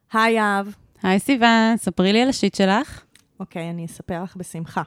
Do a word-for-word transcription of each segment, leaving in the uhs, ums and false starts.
היי אב. היי סיוון, ספרי לי על השיט שלך. אוקיי, אני אספר לך בשמחה.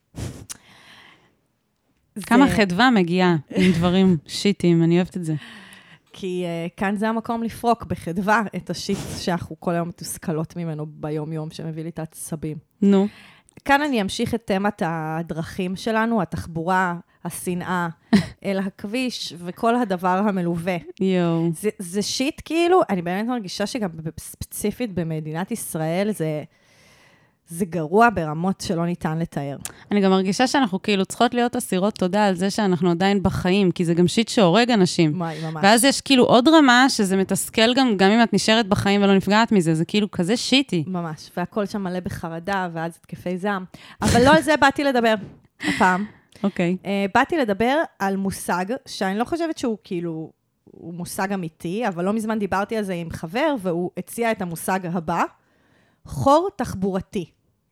כמה חדווה מגיעה עם דברים שיטים, אני אוהבת את זה. כי uh, כאן זה המקום לפרוק בחדווה את השיט שאנחנו כל היום מתוסכלות ממנו ביום-יום, שמביא לי את העצבים. נו. כאן אני אמשיך את תמת הדרכים שלנו, התחבורה, השנאה, אל הכביש, וכל הדבר המלווה. יואו. זה, זה שיט כאילו, אני באמת מרגישה שגם ספציפית במדינת ישראל, זה, זה גרוע ברמות שלא ניתן לתאר. אני גם מרגישה שאנחנו כאילו צריכות להיות אסירות תודה על זה שאנחנו עדיין בחיים, כי זה גם שיט שהורג אנשים. וואי, ממש. ואז יש כאילו עוד רמה שזה מתסכל גם, גם אם את נשארת בחיים ולא נפגעת מזה, זה כאילו כזה שיטי. ממש, והכל שם מלא בחרדה, ואז התקפי זעם. אבל לא על זה באתי לדבר הפעם. אוקיי. Uh, באתי לדבר על מושג, שאני לא חושבת שהוא כאילו, הוא מושג אמיתי, אבל לא מזמן דיברתי על זה עם חבר, והוא הציע את המושג הבא, חור תחבורתי.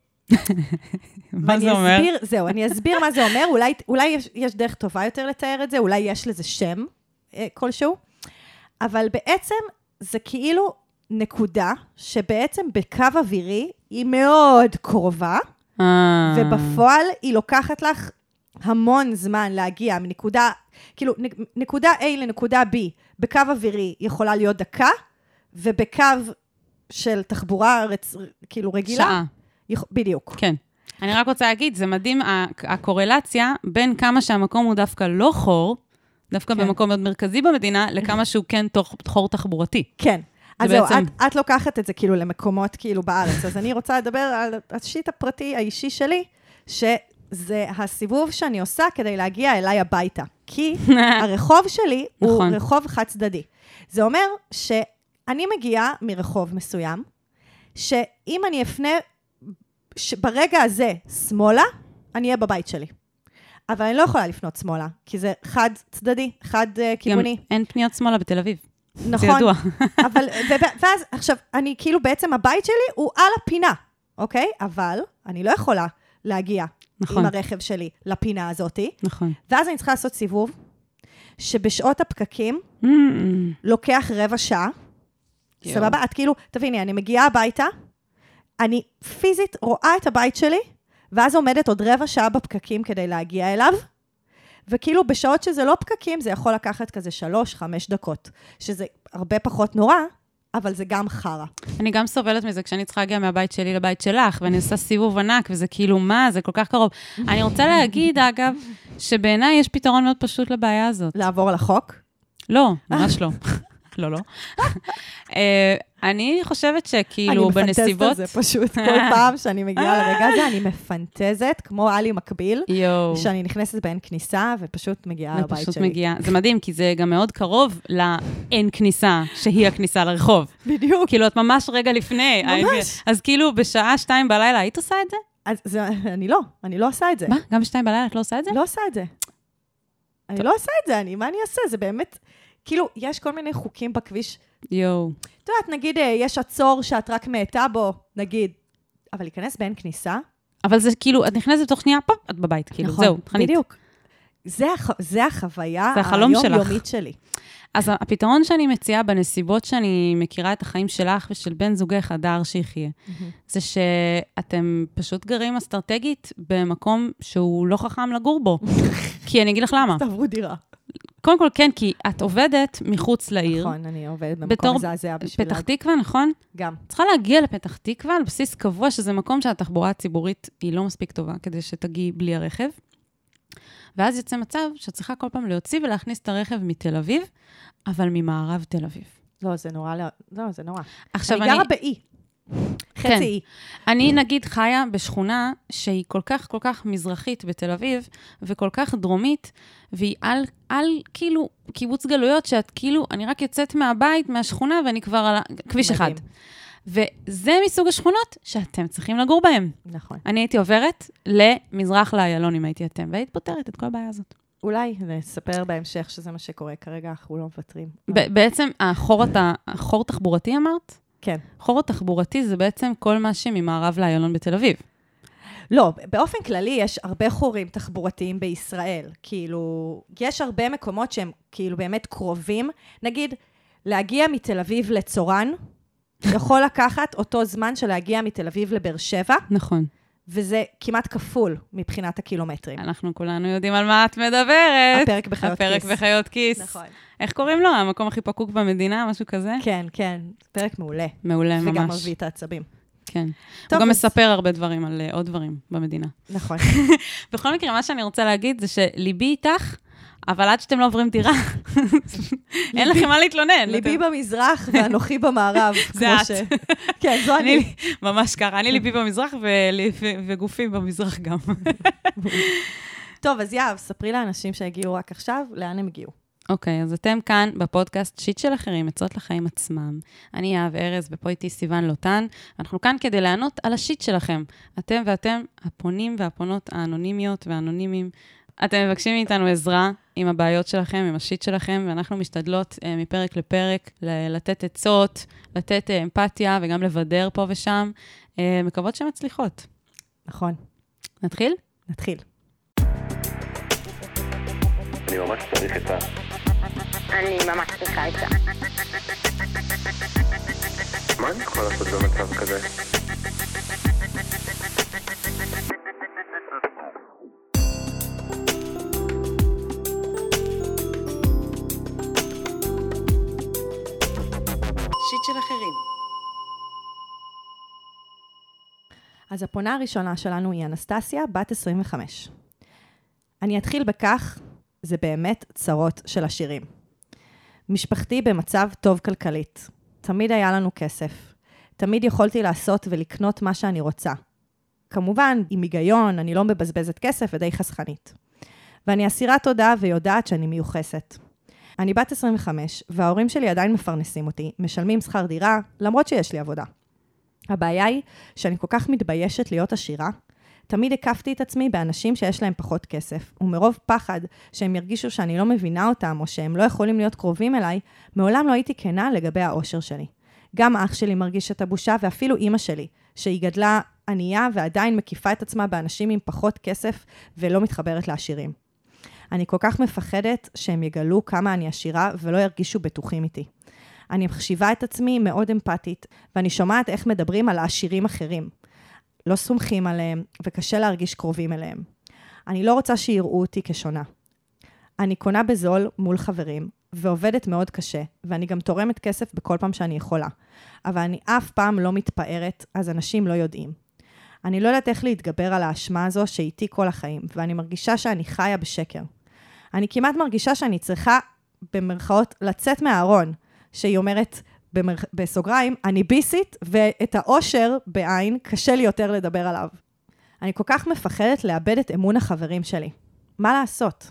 מה זה אומר? אסביר, זהו, אני אסביר מה זה אומר, אולי, אולי יש, יש דרך טובה יותר לתאר את זה, אולי יש לזה שם אה, כלשהו, אבל בעצם זה כאילו נקודה, שבעצם בקו אווירי היא מאוד קרובה, ובפועל היא לוקחת לך המון זמן להגיע מנקודה, כאילו נקודה A לנקודה B, בקו אווירי יכולה להיות דקה, ובקו של תחבורה רצ... כאילו רגילה, שעה. בדיוק. כן. אני רק רוצה להגיד, זה מדהים, הקורלציה בין כמה שהמקום הוא דווקא לא חור, דווקא כן. במקום מאוד מרכזי במדינה, לכמה שהוא כן חור תחבורתי. כן. אז זהו, בעצם... את, את לוקחת את זה כאילו למקומות כאילו בארץ, אז אני רוצה לדבר על השיט הפרטי האישי שלי, שזה הסיבוב שאני עושה כדי להגיע אליי הביתה. כי הרחוב שלי הוא נכון. רחוב חד צדדי. זה אומר שאני מגיעה מרחוב מסוים, שאם אני אפנה ברגע הזה שמאלה, אני אהיה בבית שלי. אבל אני לא יכולה לפנות שמאלה, כי זה חד צדדי, חד uh, כיווני. גם אין פניות שמאלה בתל אביב. נכון. זה ידוע. אבל, ו- ואז, עכשיו, אני כאילו בעצם הבית שלי הוא על הפינה, אוקיי? אבל אני לא יכולה להגיע נכון. עם הרכב שלי לפינה הזאת. נכון. ואז אני צריכה לעשות סיבוב, שבשעות הפקקים mm. לוקח רבע שעה. יו. סבבה? את כאילו, תביני, אני מגיעה הביתה, אני פיזית רואה את הבית שלי, ואז עומדת עוד רבע שעה בפקקים כדי להגיע אליו, וכאילו בשעות שזה לא פקקים, זה יכול לקחת כזה שלוש, חמש דקות, שזה הרבה פחות נורא, אבל זה גם חרה. אני גם סובלת מזה כשאני צריכה להגיע מהבית שלי לבית שלך, ואני עושה סיבוב ענק, וזה כאילו מה, זה כל כך קרוב. אני רוצה להגיד, אגב, שבעיניי יש פתרון מאוד פשוט לבעיה הזאת. לעבור על החוק? לא, ממש לא. לא, לא. אני חושבת שכאילו בנסיבות... אני מפנטזת על זה פשוט. כל פעם שאני מגיעה לרגע הזה, אני מפנטזת, כמו אלי מקביל, שאני נכנסת באין כניסה, ופשוט מגיעה לבית שלי. ופשוט מגיעה. זה מדהים, כי זה גם מאוד קרוב לאין כניסה, שהיא הכניסה לרחוב. בדיוק. כאילו, את ממש רגע לפני. ממש. אז כאילו, בשעה שתיים בלילה, היית עושה את זה? אז אני לא, אני לא עושה את זה. מה? גם בשתיים בלילה את לא עושה את זה? לא עושה את זה. אני לא עושה את זה, אני, מה אני אעשה? זה באמת... כאילו, יש כל מיני חוקים בכביש. יואו. אתה יודעת, נגיד, יש עצור שאת רק מעטה בו, נגיד, אבל להיכנס באין כניסה. אבל זה כאילו, את נכנסת בתוך שנייה, פה, את בבית, כאילו, נכון, זהו, תחנית. בדיוק. זה, הח... זה החוויה זה החלום היומיומית שלי. אז הפתרון שאני מציעה בנסיבות שאני מכירה את החיים שלך ושל בן זוגך, הדר שיחיה, mm-hmm. זה שאתם פשוט גרים אסטרטגית במקום שהוא לא חכם לגור בו. כי אני אגיד לך למה. תעברו דירה. קודם כל, כן, כי את עובדת מחוץ לעיר. נכון, אני עובדת במקום זעזע בשביל... פתח תקווה, נכון? גם. צריכה להגיע לפתח תקווה על בסיס קבוע, שזה מקום שהתחבורה הציבורית היא לא מספיק טובה, כדי שתגיעי בלי הרכב. ואז יוצא מצב שצריכה כל פעם להוציא ולהכניס את הרכב מתל אביב, אבל ממערב תל אביב. לא, זה נורא, לא, זה נורא. עכשיו אני גרה באי. חצי כן. אי. אני נגיד חיה בשכונה שהיא כל כך כל כך מזרחית בתל אביב, וכל כך דרומית, והיא על, על כאילו קיבוץ גלויות, שאת כאילו, אני רק יוצאת מהבית, מהשכונה, ואני כבר על כביש אחד. וזה מסוג השכונות שאתם צריכים לגור בהם. נכון. אני הייתי עוברת למזרח לאיילון, אם הייתי אתם, והיית פותרת את כל הבעיה הזאת. אולי נספר בהמשך שזה מה שקורה. כרגע אנחנו לא מוותרים. בעצם, החור, החור תחבורתי אמרת? כן. חור תחבורתי זה בעצם כל מה שממערב לאיילון בתל אביב. לא, באופן כללי יש הרבה חורים תחבורתיים בישראל. כאילו, יש הרבה מקומות שהם כאילו באמת קרובים. נגיד, להגיע מתל אביב לצורן, יכול לקחת אותו זמן של להגיע מתל אביב לבאר שבע. נכון. וזה כמעט כפול מבחינת הקילומטרים. אנחנו כולנו יודעים על מה את מדברת. הפרק בחיות הפרק כיס. הפרק בחיות כיס. נכון. איך קוראים לו? המקום הכי פקוק במדינה, משהו כזה? כן, כן. פרק מעולה. מעולה, ממש. וגם מביא את העצבים. כן. טוב, הוא גם אז... מספר הרבה דברים על uh, עוד דברים במדינה. נכון. בכל מקרה, מה שאני רוצה להגיד זה שליבי איתך, אבל עד שאתם לא עוברים דירה, אין לכם מה להתלונן. ליבי במזרח ואנוכי במערב. זה את. כן, זו אני. ממש ככה, אני ליבי במזרח וגופים במזרח גם. טוב, אז יאב, ספרי לאנשים שהגיעו רק עכשיו, לאן הם הגיעו? אוקיי, אז אתם כאן בפודקאסט שיט של אחרים, עצות לחיים עצמם. אני יאב ארז, ופה איתי סיוון לוטן. אנחנו כאן כדי לענות על השיט שלכם. אתם ואתם, הפונים והפונות האנונימיות והאנונימים. אתם מבקשים מאיתנו עזרה עם הבעיות שלכם, עם השיט שלכם, ואנחנו משתדלות אה, מפרק לפרק לתת עצות, לתת אה, אמפתיה וגם לבדר פה ושם. אה, מקוות שמצליחות. נכון. נתחיל? נתחיל. אני ממש צריך את ה... אני ממש צריכה את זה. מה אני יכול לעשות במצב כזה? שיט של אחרים. אז הפונה הראשונה שלנו היא אנסטסיה, בת עשרים וחמש. אני אתחיל בכך, זה באמת צרות של עשירים. משפחתי במצב טוב כלכלית. תמיד היה לנו כסף. תמיד יכולתי לעשות ולקנות מה שאני רוצה. כמובן, עם היגיון, אני לא מבזבזת כסף ודי חסכנית. ואני אסירת תודה ויודעת שאני מיוחסת. אני בת עשרים וחמש, וההורים שלי עדיין מפרנסים אותי, משלמים שכר דירה, למרות שיש לי עבודה. הבעיה היא שאני כל כך מתביישת להיות עשירה, תמיד הקפתי את עצמי באנשים שיש להם פחות כסף, ומרוב פחד שהם ירגישו שאני לא מבינה אותם, או שהם לא יכולים להיות קרובים אליי, מעולם לא הייתי כנה לגבי האושר שלי. גם אח שלי מרגיש את הבושה, ואפילו אמא שלי, שהיא גדלה ענייה ועדיין מקיפה את עצמה באנשים עם פחות כסף, ולא מתחברת לעשירים. אני כל כך מפחדת שהם יגלו כמה אני עשירה, ולא ירגישו בטוחים איתי. אני מחשיבה את עצמי מאוד אמפתית, ואני שומעת איך מדברים על העשירים אחרים. לא סומכים עליהם, וקשה להרגיש קרובים אליהם. אני לא רוצה שיראו אותי כשונה. אני קונה בזול מול חברים, ועובדת מאוד קשה, ואני גם תורמת כסף בכל פעם שאני יכולה. אבל אני אף פעם לא מתפארת, אז אנשים לא יודעים. אני לא יודעת איך להתגבר על האשמה הזו שאיתי כל החיים, ואני מרגישה שאני חיה בשקר. אני כמעט מרגישה שאני צריכה, במרכאות, לצאת מהארון, שהיא אומרת במר... בסוגריים, אני ביסית, ואת האושר בעין קשה לי יותר לדבר עליו. אני כל כך מפחדת לאבד את אמון החברים שלי. מה לעשות?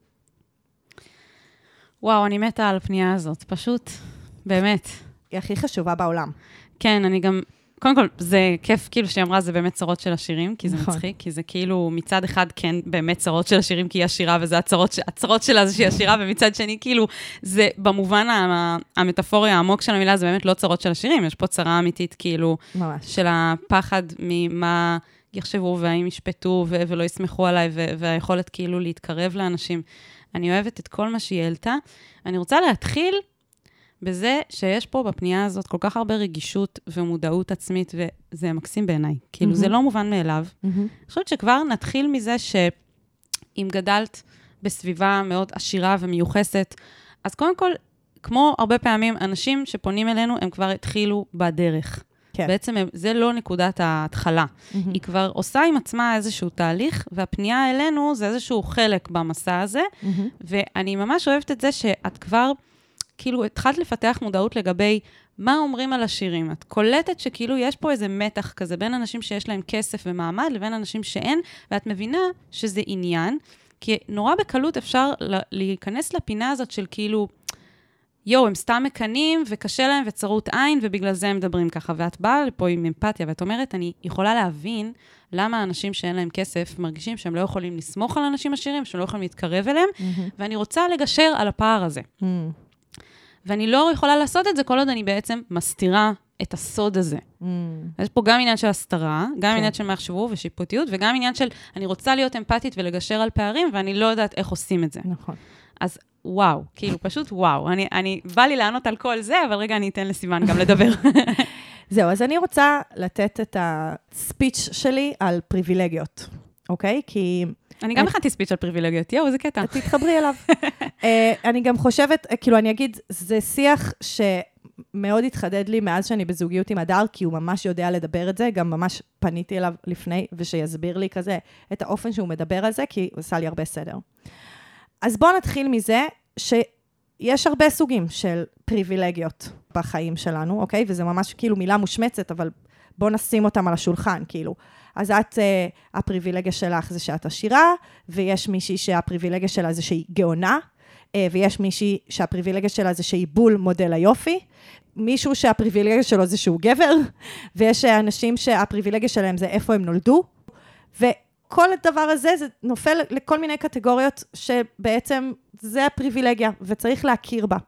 וואו, אני מתה על הפנייה הזאת, פשוט, באמת. היא הכי חשובה בעולם. כן, אני גם, קודם כל, זה כיף, כאילו שהיא אמרה, זה באמת צרות של השירים, כי זה נכון. מצחיק, כי זה כאילו, מצד אחד, כן, באמת צרות של השירים, כי היא עשירה, וזה הצרות, הצרות שלה זה שהיא עשירה, ומצד שני, כאילו, זה במובן המטאפורי העמוק של המילה, זה באמת לא צרות של השירים, יש פה צרה אמיתית, כאילו, ממש. של הפחד ממה יחשבו, והאם ישפטו, ו- ולא יסמכו עליי, ו- והיכולת כאילו להתקרב לאנשים. אני אוהבת את כל מה שהיא העלתה. אני רוצה להתחיל בזה שיש פה בפנייה הזאת כל כך הרבה רגישות ומודעות עצמית, וזה מקסים בעיניי. כאילו, Mm-hmm. זה לא מובן מאליו. Mm-hmm. אני חושבת שכבר נתחיל מזה שאם גדלת בסביבה מאוד עשירה ומיוחסת, אז קודם כל, כמו הרבה פעמים, אנשים שפונים אלינו, הם כבר התחילו בדרך. כן. בעצם זה לא נקודת ההתחלה. Mm-hmm. היא כבר עושה עם עצמה איזשהו תהליך, והפנייה אלינו זה איזשהו חלק במסע הזה, Mm-hmm. ואני ממש אוהבת את זה שאת כבר, כאילו, התחלת לפתח מודעות לגבי מה אומרים על השירים. את קולטת שכאילו יש פה איזה מתח כזה, בין אנשים שיש להם כסף ומעמד, לבין אנשים שאין, ואת מבינה שזה עניין, כי נורא בקלות אפשר להיכנס לפינה הזאת של כאילו, יו, הם סתם מקנים, וקשה להם וצרות עין, ובגלל זה הם מדברים ככה. ואת באה לפה עם אמפתיה, ואת אומרת, אני יכולה להבין למה האנשים שאין להם כסף מרגישים שהם לא יכולים לסמוך על אנשים עשירים, שהם לא יכולים להתקרב אליהם, mm-hmm. ואני רוצה לגשר על הפער הזה. Mm-hmm. ואני לא יכולה לעשות את זה כל עוד אני בעצם מסתירה את הסוד הזה. Mm. יש פה גם עניין של הסתרה, גם כן. עניין של מחשבו ושיפוטיות, וגם עניין של אני רוצה להיות אמפתית ולגשר על פערים, ואני לא יודעת איך עושים את זה. נכון. אז וואו, כאילו פשוט וואו. אני, אני, בא לי לענות על כל זה, אבל רגע אני אתן לסיוון גם לדבר. זהו, אז אני רוצה לתת את הספיץ' שלי על פריבילגיות, אוקיי? כי... אני גם הכנתי ספיץ' על פריבילגיות, יואו, איזה קטע. תתחברי אליו. אני גם חושבת, כאילו אני אגיד, זה שיח שמאוד התחדד לי מאז שאני בזוגיות עם הדר, כי הוא ממש יודע לדבר את זה, גם ממש פניתי אליו לפני, ושיסביר לי כזה את האופן שהוא מדבר על זה, כי הוא עשה לי הרבה סדר. אז בואו נתחיל מזה שיש הרבה סוגים של פריבילגיות בחיים שלנו, אוקיי? וזה ממש כאילו מילה מושמצת, אבל בואו נשים אותם על השולחן, כאילו. אז את, uh, הפריבילגיה שלך זה שאת עשירה, ויש מישהי שהפריבילגיה שלה זה שהיא גאונה, uh, ויש מישהי שהפריבילגיה שלה זה שהיא בול מודל היופי, מישהו שהפריבילגיה שלו זה שהוא גבר, ויש אנשים שהפריבילגיה שלהם זה איפה הם נולדו, וכל הדבר הזה זה נופל לכל מיני קטגוריות שבעצם זה הפריבילגיה, וצריך להכיר בה.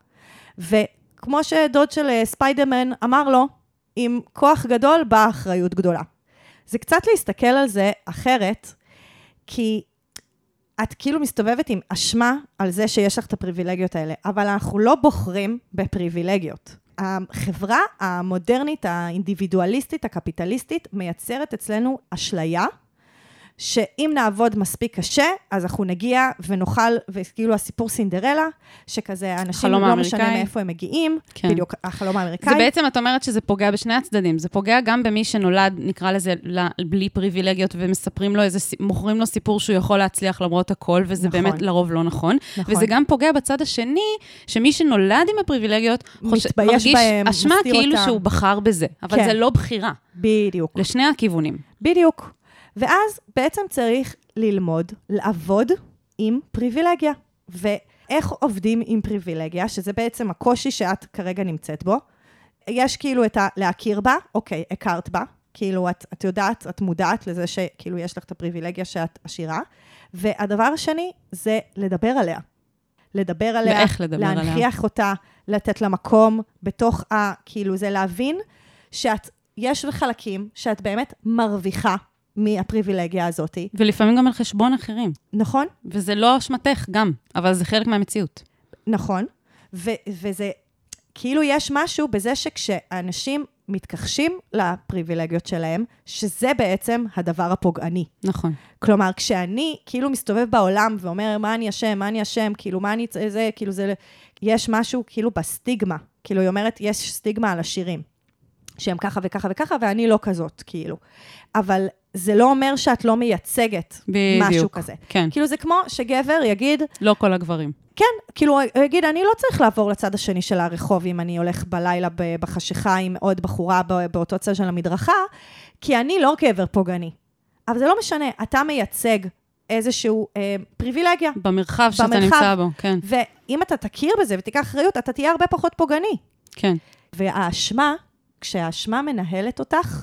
וכמו שדוד של ספיידרמן אמר לו, עם כוח גדול באה אחריות גדולה. זה קצת להסתכל על זה אחרת, כי את כאילו מסתובבת עם אשמה על זה שיש לך את הפריבילגיות האלה, אבל אנחנו לא בוחרים בפריבילגיות. החברה המודרנית, האינדיבידואליסטית, הקפיטליסטית, מייצרת אצלנו אשליה, שאם נעבוד מספיק קשה, אז אנחנו נגיע ונאכל, וכאילו הסיפור סינדרלה, שכזה אנשים לא משנה מאיפה הם מגיעים, כן. בדיוק החלום האמריקאי. זה בעצם, את אומרת שזה פוגע בשני הצדדים, זה פוגע גם במי שנולד, נקרא לזה, בלי פריבילגיות, ומספרים לו איזה, מוכרים לו סיפור שהוא יכול להצליח למרות הכל, וזה נכון. באמת לרוב לא נכון. נכון. וזה גם פוגע בצד השני, שמי שנולד עם הפריבילגיות, חוש... מרגיש בהם, אשמה כאילו אותם. שהוא בחר בזה, אבל כן. זה לא בחירה. בדיוק. לשני הכיוונים. בדיוק. ואז בעצם צריך ללמוד, לעבוד עם פריבילגיה. ואיך עובדים עם פריבילגיה, שזה בעצם הקושי שאת כרגע נמצאת בו. יש כאילו את ה... להכיר בה, אוקיי, הכרת בה, כאילו את, את יודעת, את מודעת לזה שכאילו יש לך את הפריבילגיה שאת עשירה. והדבר השני זה לדבר עליה. לדבר עליה, ואיך לדבר עליה? להנחיח אותה, לתת לה מקום בתוך ה... כאילו זה להבין שאת, יש חלקים שאת באמת מרוויחה, מהפריבילגיה הזאת. ולפעמים גם על חשבון אחרים. נכון. וזה לא אשמתך גם, אבל זה חלק מהמציאות. נכון. ו- וזה, כאילו יש משהו בזה שכשאנשים מתכחשים לפריבילגיות שלהם, שזה בעצם הדבר הפוגעני. נכון. כלומר, כשאני כאילו מסתובב בעולם ואומר, מה אני אשם, מה אני אשם, כאילו, מה אני, זה, כאילו, זה, יש משהו כאילו בסטיגמה. כאילו, היא אומרת, יש סטיגמה על השירים. שהם ככה וככה וככה, ואני לא כזאת, כאילו. אבל זה לא אומר שאת לא מייצגת בדיוק. משהו כזה. כן. כאילו זה כמו שגבר יגיד... לא כל הגברים. כן, כאילו הוא יגיד, אני לא צריך לעבור לצד השני של הרחוב, אם אני הולך בלילה בחשיכה עם עוד בחורה באותו צד של המדרכה, כי אני לא גבר פוגעני. אבל זה לא משנה, אתה מייצג איזשהו אה, פריבילגיה. במרחב שאתה במרחב, נמצא בו, כן. ואם אתה תכיר בזה ותיקח אחריות, אתה תהיה הרבה פחות פוגעני. כן. והאשמה, כשהאשמה מנהלת אותך,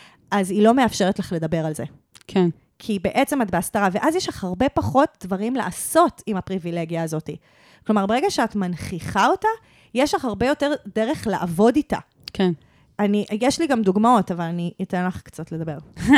אז היא לא מאפשרת לך לדבר על זה. כן. כי בעצם את בהסתרה, ואז יש לך הרבה פחות דברים לעשות עם הפריבילגיה הזאת. כלומר, ברגע שאת מנכיחה אותה, יש לך הרבה יותר דרך לעבוד איתה. כן. אני, יש לי גם דוגמאות, אבל אני אתן לך קצת לדבר.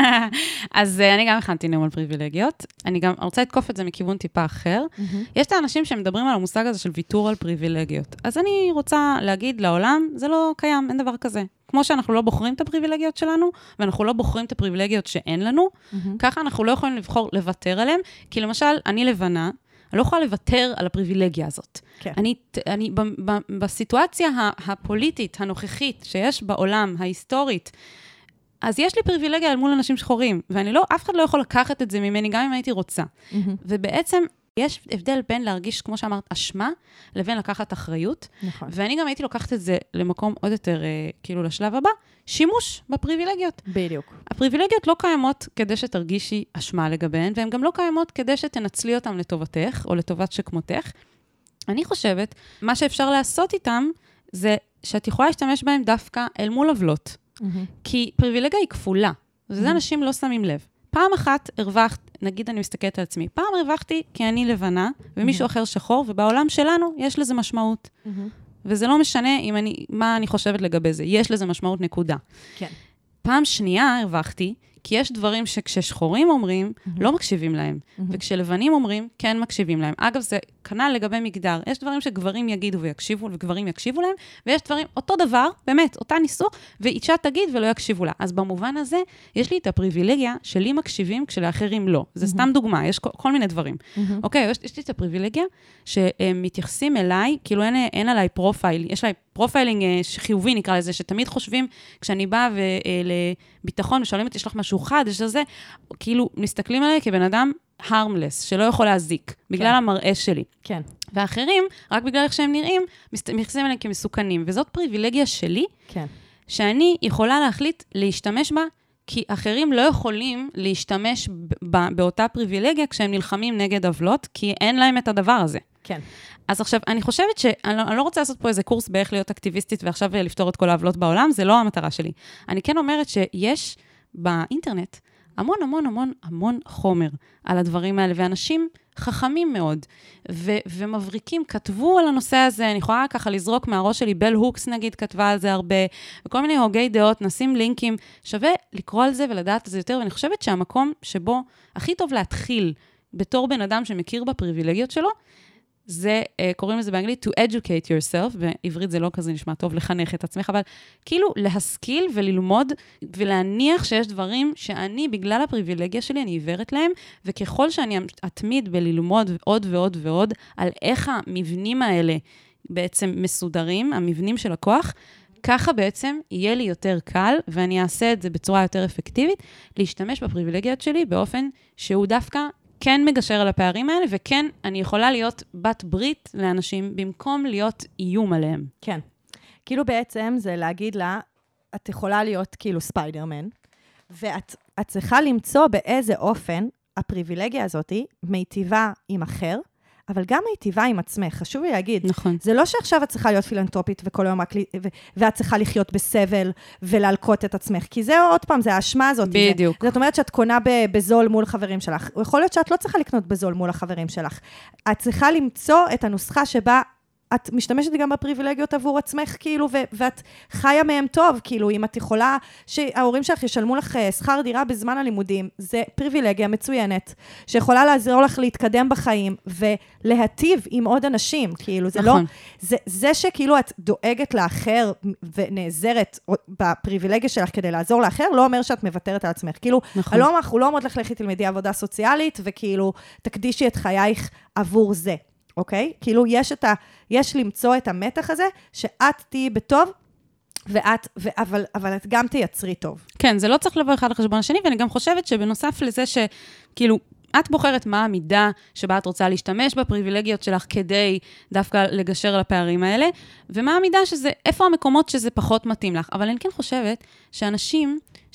אז אני גם הכנתי נאום על פריבילגיות. אני גם רוצה לתקוף את זה מכיוון טיפה אחר. Mm-hmm. יש את האנשים שמדברים על המושג הזה של ויתור על פריבילגיות. אז אני רוצה להגיד לעולם, זה לא קיים, אין דבר כזה. כמו שאנחנו לא בוחרים את הפריבילגיות שלנו, ואנחנו לא בוחרים את הפריבילגיות שאין לנו, mm-hmm. ככה אנחנו לא יכולים לבחור לוותר עליהם, כי למשל, אני לבנה, אני לא יכולה לוותר על הפריבילגיה הזאת. כן. אני, אני, ב, ב, בסיטואציה הפוליטית, הנוכחית, שיש בעולם, ההיסטורית, אז יש לי פריבילגיה על מול אנשים שחורים, ואני לא, אף אחד לא יכול לקחת את זה ממני, גם אם הייתי רוצה. Mm-hmm. ובעצם, יש הבדל בין להרגיש, כמו שאמרת, אשמה, לבין לקחת אחריות. נכון. ואני גם הייתי לוקחת את זה למקום עוד יותר, כאילו לשלב הבא, שימוש בפריבילגיות. בדיוק. הפריבילגיות לא קיימות כדי שתרגישי אשמה לגביהן, והן גם לא קיימות כדי שתנצלי אותן לטובתך, או לטובת שכמותך. אני חושבת, מה שאפשר לעשות איתם, זה שאת יכולה להשתמש בהם דווקא אל מול עוולות. Mm-hmm. כי פריבילגיה היא כפולה, וזה mm-hmm. אנשים לא שמים לב. פעם אחת הרווחת, נגיד אני מסתכלת על עצמי, פעם הרווחתי כי אני לבנה, ומישהו אחר שחור, ובעולם שלנו יש לזה משמעות. וזה לא משנה אם אני, מה אני חושבת לגבי זה, יש לזה משמעות נקודה. כן. פעם שנייה הרווחתי, כי יש דברים שכששחורים אומרים, לא מקשיבים להם, וכשלבנים אומרים, כן מקשיבים להם. אגב, זה כנ"ל לגבי מגדר. יש דברים שגברים יגידו ויקשיבו, וגברים יקשיבו להם, ויש דברים, אותו דבר, באמת, אותה ניסוח, ואישה תגיד ולא יקשיבו לה. אז במובן הזה, יש לי את הפריבילגיה שלי מקשיבים כשלאחרים לא. זה סתם דוגמה, יש כל, כל מיני דברים. אוקיי, יש, יש לי את הפריבילגיה שמתייחסים אליי, כאילו אין, אין עליי פרופייל, יש לי פרופיילינג חיובי נקרא לזה, שתמיד חושבים, כשאני באה לביטחון, ושואלים אותי, יש לך משהו חד, יש לזה, כאילו מסתכלים עליי כבן אדם harmless, שלא יכול להזיק, בגלל כן. המראה שלי. כן. ואחרים, רק בגלל איך שהם נראים, מתייחסים עליהם כמסוכנים. וזאת פריבילגיה שלי, כן. שאני יכולה להחליט להשתמש בה, כי אחרים לא יכולים להשתמש ב- באותה פריבילגיה, כשהם נלחמים נגד עוולות, כי אין להם את הדבר הזה. כן. אז עכשיו, אני חושבת שאני לא, אני לא רוצה לעשות פה איזה קורס באיך להיות אקטיביסטית, ועכשיו לפתור את כל העוולות בעולם, זה לא המטרה שלי. אני כן אומרת שיש באינטרנט המון המון המון המון חומר על הדברים האלה, ואנשים חכמים מאוד, ו- ומבריקים, כתבו על הנושא הזה, אני יכולה ככה לזרוק מהראש שלי, בל הוקס נגיד כתבה על זה הרבה, וכל מיני הוגי דעות, נשים לינקים, שווה לקרוא על זה ולדעת על זה יותר, ואני חושבת שהמקום שבו הכי טוב להתחיל בתור בן אדם שמכיר בפריבילגיות שלו, זה, קוראים לזה באנגלית, to educate yourself, בעברית זה לא כזה נשמע טוב, לחנך את עצמך, אבל כאילו להשכיל וללמוד ולהניח שיש דברים שאני, בגלל הפריבילגיה שלי, אני עיוורת להם, וככל שאני אתמיד בללמוד עוד ועוד ועוד, על איך המבנים האלה בעצם מסודרים, המבנים של הכוח, ככה בעצם יהיה לי יותר קל, ואני אעשה את זה בצורה יותר אפקטיבית, להשתמש בפריבילגיות שלי באופן שהוא דווקא כן מגשר על הפערים האלה, וכן, אני יכולה להיות בת ברית לאנשים, במקום להיות איום עליהם. כן. כאילו בעצם זה להגיד לה, את יכולה להיות כאילו ספיידרמן, ואת את צריכה למצוא באיזה אופן הפריבילגיה הזאת מיטיבה עם אחר, אבל גם מיטיבה עם עצמך. חשוב לי להגיד, נכון. זה לא שעכשיו את צריכה להיות פילנטרופית וכל יום רק, ו- ואת צריכה לחיות בסבל ולהלקות את עצמך, כי זה עוד פעם, זה האשמה הזאת. בדיוק. זה, זאת אומרת שאת קונה ב- בזול מול חברים שלך. יכול להיות שאת לא צריכה לקנות בזול מול החברים שלך. את צריכה למצוא את הנוסחה שבה את משתמשת גם בפריבילגיות עבור עצמך, כאילו, ו- ואת חיה מהם טוב, כאילו, אם את יכולה שההורים שלך ישלמו לך שכר דירה בזמן הלימודים, זה פריבילגיה מצוינת, שיכולה לעזור לך להתקדם בחיים, ולהטיב עם עוד אנשים, כאילו, זה נכון. לא, זה, זה שכאילו את דואגת לאחר, ונעזרת בפריבילגיה שלך כדי לעזור לאחר, לא אומר שאת מוותרת על עצמך, כאילו, נכון. לא, הוא לא אומרת לך לכי תלמדי עבודה סוציאלית, וכאילו, תקדישי את חייך עבור זה. אוקיי? כאילו יש את ה, יש למצוא את המתח הזה, שאת תהיי בטוב, ואת, ו, אבל, אבל את גם תייצרי טוב. כן, זה לא צריך לבוא אחד לחשבון השני, ואני גם חושבת שבנוסף לזה שכאילו, את בוחרת מה המידה שבה את רוצה להשתמש בפריבילגיות שלך כדי דווקא לגשר על הפערים האלה, ומה המידה שזה, איפה המקומות שזה פחות מתאים לך. אבל אני כן חושבת שאנשים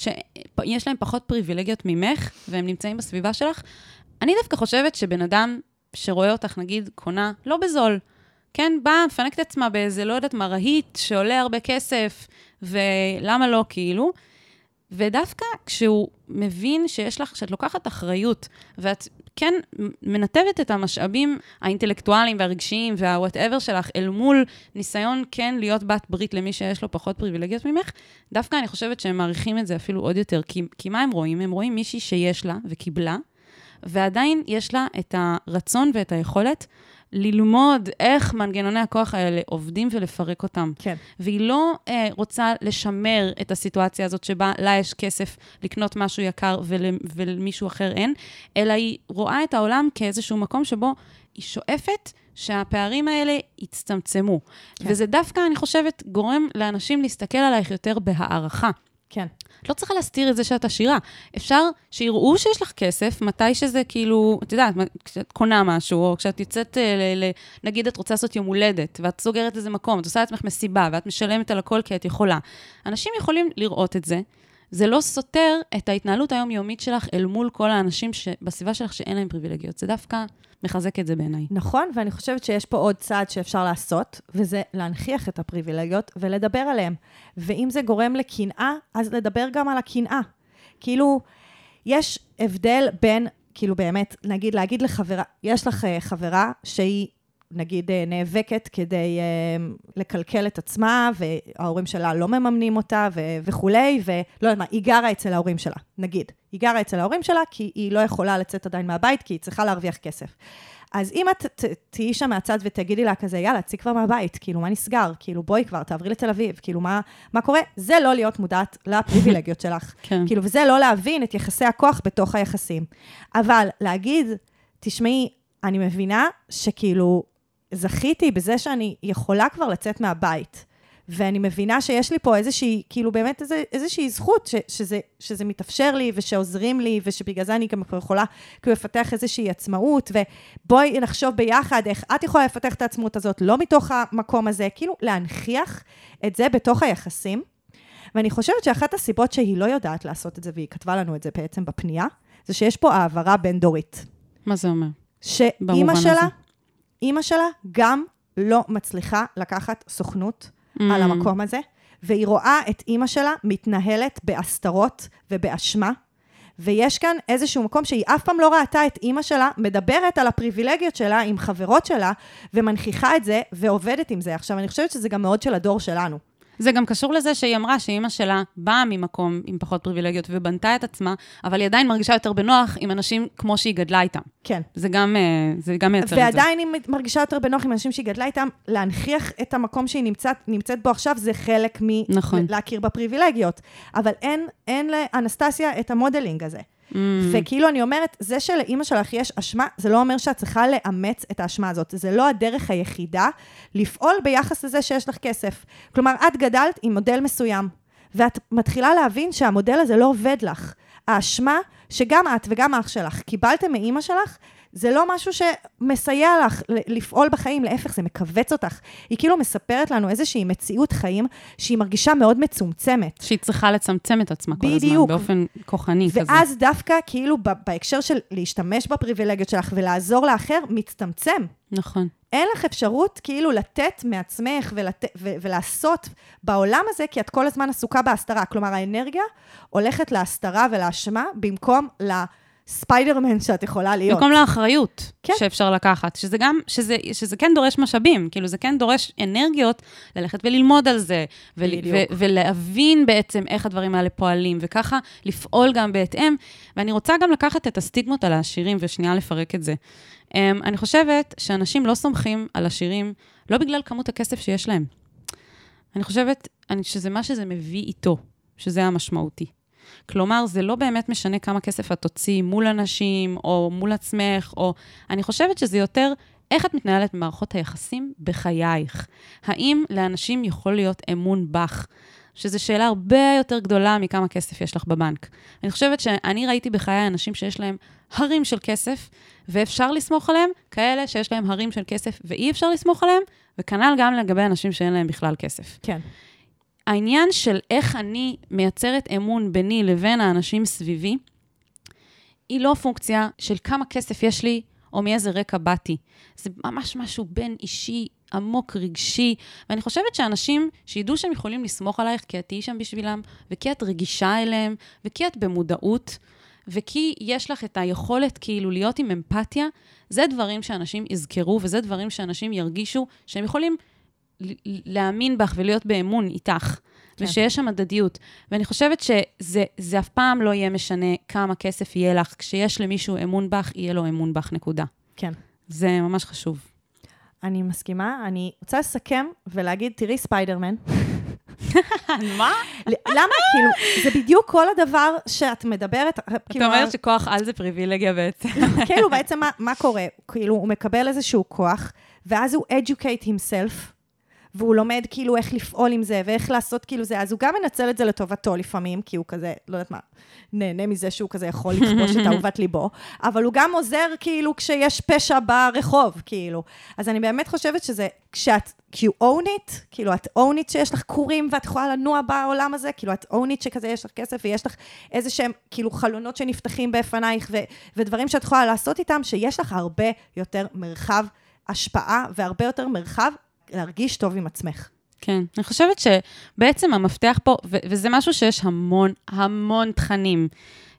שיש להם פחות פריבילגיות ממך, והם נמצאים בסביבה שלך, אני דווקא חושבת שבן אדם שרואה אותך, נגיד, קונה, לא בזול, כן, באה, מפנקת עצמה באיזה, לא יודעת מה, רהיט, שעולה הרבה כסף, ולמה לא, כאילו, ודווקא כשהוא מבין שיש לך, שאת לוקחת אחריות, ואת כן מנתבת את המשאבים האינטלקטואליים והרגשיים, וה-whatever שלך, אל מול ניסיון כן להיות בת ברית למי שיש לו פחות פריבילגיות ממך, דווקא אני חושבת שהם מעריכים את זה אפילו עוד יותר, כי, כי מה הם רואים? הם רואים מישהי שיש לה וקיבלה, ועדיין יש לה את הרצון ואת היכולת ללמוד איך מנגנוני הכוח האלה עובדים ולפרק אותם. כן. והיא לא אה, רוצה לשמר את הסיטואציה הזאת שבה לה יש כסף לקנות משהו יקר ול, ולמישהו אחר אין, אלא היא רואה את העולם כאיזשהו מקום שבו היא שואפת שהפערים האלה יצטמצמו. כן. וזה דווקא, אני חושבת, גורם לאנשים להסתכל עלייך יותר בהערכה. כן. את לא צריכה להסתיר את זה שאת עשירה. אפשר שיראו שיש לך כסף, מתי שזה כאילו, את יודעת, כשאת קונה משהו, או כשאת יוצאת, ל- ל- נגיד את רוצה לעשות יום הולדת, ואת סוגרת איזה מקום, את עושה לעצמך מסיבה, ואת משלמת על הכל כי את יכולה. אנשים יכולים לראות את זה. זה לא סותר את ההתנהלות היומיומית שלך אל מול כל האנשים בסביבה שלך שאין להם פריבילגיות. זה דווקא מחזק את זה בעיניי. נכון, ואני חושבת שיש פה עוד צעד שאפשר לעשות, וזה להנכיח את הפריבילגיות ולדבר עליהם. ואם זה גורם לקנאה, אז לדבר גם על הקנאה. כאילו, יש הבדל בין, כאילו באמת, נגיד, להגיד לחברה, יש לך חברה שהיא נגיד נאבקת כדי לקלקל את עצמה, וההורים שלה לא מממנים אותה וכולי, ולא יודעת מה, היא גרה אצל ההורים שלה, נגיד. היא גרה אצל ההורים שלה, כי היא לא יכולה לצאת עדיין מהבית, כי היא צריכה להרוויח כסף. אז אם את תהיי שם מהצד ותגידי לה כזה, יאללה, צאי כבר מהבית, כאילו, מה נסגר? כאילו, בואי כבר, תעברי לתל אביב, כאילו, מה, מה קורה? זה לא להיות מודעת לפריבילגיות שלך. כן. כאילו, וזה לא להבין את יחסי הכוח בתוך היחסים. אבל להגיד, תשמעי, אני מבינה שכאילו, זכיתי בזה שאני יכולה כבר לצאת מהבית, ואני מבינה שיש לי פה איזושהי, כאילו באמת איזו, איזושהי זכות, ש, שזה, שזה מתאפשר לי, ושעוזרים לי, ושבגלל זה אני גם יכולה כאילו לפתח איזושהי עצמאות, ובואי נחשוב ביחד איך את יכולה לפתח את העצמאות הזאת, לא מתוך המקום הזה, כאילו להנכיח את זה בתוך היחסים, ואני חושבת שאחת הסיבות שהיא לא יודעת לעשות את זה, והיא כתבה לנו את זה בעצם בפנייה, זה שיש פה העברה בין דורית. מה זה אומר? שאימא שלה, אימא שלה גם לא מצליחה לקחת סוכנות, על המקום הזה, והיא רואה את אימא שלה מתנהלת בהסתרות ובאשמה, ויש כאן איזשהו מקום שהיא אף פעם לא ראתה את אימא שלה, מדברת על הפריבילגיות שלה עם חברות שלה, ומנכיחה את זה ועובדת עם זה. עכשיו, אני חושבת שזה גם מאוד של הדור שלנו. זה גם קשור לזה שהיא אמרה שאימא שלה באה ממקום עם פחות פריבילגיות ובנתה את עצמה, אבל היא עדיין מרגישה יותר בנוח עם אנשים כמו שהיא גדלה איתם. כן. זה גם, זה גם מייצר את זה. ועדיין היא מרגישה יותר בנוח עם אנשים שהיא גדלה איתם, להנכיח את המקום שהיא נמצאת, נמצאת בו עכשיו, זה חלק מ... נכון. להכיר בפריבילגיות. אבל אין, אין לאנסטסיה את המודלינג הזה. Mm. וכאילו אני אומרת, זה שלאמא שלך יש אשמה, זה לא אומר שאת צריכה לאמץ את האשמה הזאת. זה לא הדרך היחידה לפעול ביחס לזה שיש לך כסף. כלומר, את גדלת עם מודל מסוים, ואת מתחילה להבין שהמודל הזה לא עובד לך. האשמה שגם את וגם אח שלך קיבלתם מאמא שלך, זה לא משהו שמסייע לך לפעול בחיים, להפך, זה מקווץ אותך. היא כאילו מספרת לנו איזושהי מציאות חיים, שהיא מרגישה מאוד מצומצמת. שהיא צריכה לצמצם את עצמה כל הזמן, בדיוק. באופן כוחני כזה. ואז דווקא כאילו בהקשר של להשתמש בפריבילגיות שלך ולעזור לאחר, מצטמצם. נכון. אין לך אפשרות כאילו לתת מעצמך ולת... ו... ולעשות בעולם הזה, כי את כל הזמן עסוקה בהסתרה. כלומר, האנרגיה הולכת להסתרה ולהשמה, במקום ל... ספיידרמן שאת יכולה להיות. במקום לאחריות כן. שאפשר לקחת, שזה גם, שזה, שזה כן דורש משאבים, כאילו זה כן דורש אנרגיות ללכת וללמוד על זה, ול, ו, ולהבין בעצם איך הדברים האלה פועלים, וככה לפעול גם בהתאם, ואני רוצה גם לקחת את הסטיגמות על העשירים, ושנייה לפרק את זה. Um, אני חושבת שאנשים לא סומכים על עשירים, לא בגלל כמות הכסף שיש להם. אני חושבת אני, שזה מה שזה מביא איתו, שזה המשמעותי. כלומר, זה לא באמת משנה כמה כסף את תוציא מול אנשים, או מול עצמך, או... אני חושבת שזה יותר איך את מתנהלת במערכות היחסים בחייך. האם לאנשים יכול להיות אמון בך? שזו שאלה הרבה יותר גדולה מכמה כסף יש לך בבנק. אני חושבת שאני ראיתי בחיי אנשים שיש להם הרים של כסף, ואפשר לסמוך עליהם, כאלה שיש להם הרים של כסף, ואי אפשר לסמוך עליהם, וכנ"ל גם לגבי אנשים שאין להם בכלל כסף. כן. העניין של איך אני מייצרת אמון ביני לבין האנשים סביבי, היא לא פונקציה של כמה כסף יש לי, או מאיזה רקע באתי. זה ממש משהו בין אישי, עמוק, רגשי, ואני חושבת שאנשים שידעו שהם יכולים לסמוך עלייך, כי את תהיי שם בשבילם, וכי את רגישה אליהם, וכי את במודעות, וכי יש לך את היכולת כאילו להיות עם אמפתיה, זה דברים שאנשים יזכרו, וזה דברים שאנשים ירגישו שהם יכולים להאמין בך ולהיות באמון איתך, כן. ושיש שם הדדיות. ואני חושבת שזה זה אף פעם לא יהיה משנה כמה כסף יהיה לך, כשיש למישהו אמון בך, יהיה לו אמון בך, נקודה. כן. זה ממש חשוב. אני מסכימה, אני רוצה לסכם ולהגיד, תראי ספיידרמן. מה? למה? כאילו, זה בדיוק כל הדבר שאת מדברת. את אומרת שכוח על זה פריבילגיה בעצם. כאילו, בעצם מה קורה? כאילו, הוא מקבל איזשהו כוח, ואז הוא educate himself, והוא לומד כאילו איך לפעול עם זה, ואיך לעשות כאילו זה, אז הוא גם מנצל את זה לטובתו לפעמים, כי הוא כזה, לא יודעת מה, נהנה מזה שהוא כזה יכול לכבוש את אהובת ליבו, אבל הוא גם עוזר כאילו כשיש פשע ברחוב, כאילו. אז אני באמת חושבת שזה, כשאת, כי you own it, כאילו את own it שיש לך קורים, ואת יכולה לנוע בעולם הזה, כאילו את own it שכזה יש לך כסף, ויש לך איזה שהם כאילו חלונות שנפתחים בפנייך, ו- ודברים שאת יכולה לעשות איתם, שיש לך הרבה יותר מרחב השפעה, והרבה יותר מרחב להרגיש טוב עם עצמך. כן, אני חושבת שבעצם המפתח פה, ו- וזה משהו שיש המון, המון תכנים